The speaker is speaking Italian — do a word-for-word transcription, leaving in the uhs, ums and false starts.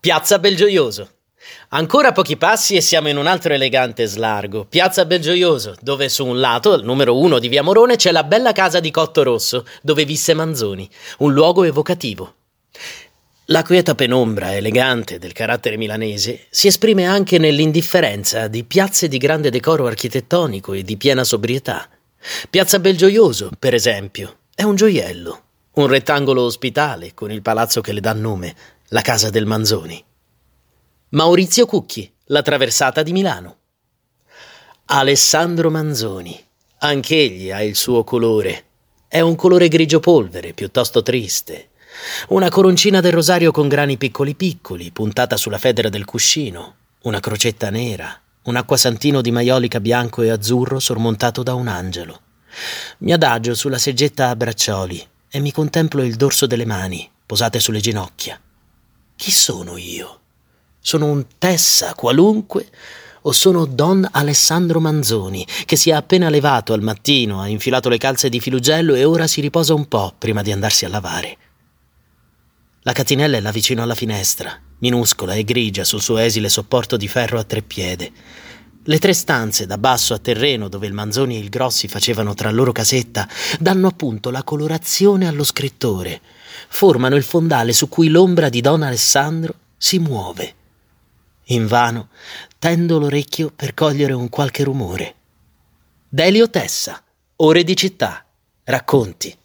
Piazza Belgioioso. Ancora pochi passi e siamo in un altro elegante slargo, Piazza Belgioioso, dove su un lato, al numero uno di Via Morone, c'è la bella casa di Cotto Rosso, dove visse Manzoni, un luogo evocativo. La quieta penombra elegante del carattere milanese si esprime anche nell'indifferenza di piazze di grande decoro architettonico e di piena sobrietà. Piazza Belgioioso, per esempio, è un gioiello, un rettangolo ospitale con il palazzo che le dà nome, la casa del Manzoni. Maurizio Cucchi, La traversata di Milano. Alessandro Manzoni, anch'egli ha il suo colore. È un colore grigio polvere, piuttosto triste. Una coroncina del rosario con grani piccoli piccoli, puntata sulla federa del cuscino, una crocetta nera, un acquasantino di maiolica bianco e azzurro sormontato da un angelo. Mi adagio sulla seggetta a braccioli e mi contemplo il dorso delle mani, posate sulle ginocchia. Chi sono io? Sono un Tessa qualunque o sono Don Alessandro Manzoni, che si è appena levato al mattino, ha infilato le calze di filugello e ora si riposa un po' prima di andarsi a lavare? La catinella è là vicino alla finestra, minuscola e grigia sul suo esile sopporto di ferro a tre piede. Le tre stanze da basso a terreno dove il Manzoni e il Grossi facevano tra loro casetta danno appunto la colorazione allo scrittore, formano il fondale su cui l'ombra di Don Alessandro si muove. Invano tendo l'orecchio per cogliere un qualche rumore. Delio Tessa, Ore di città, racconti.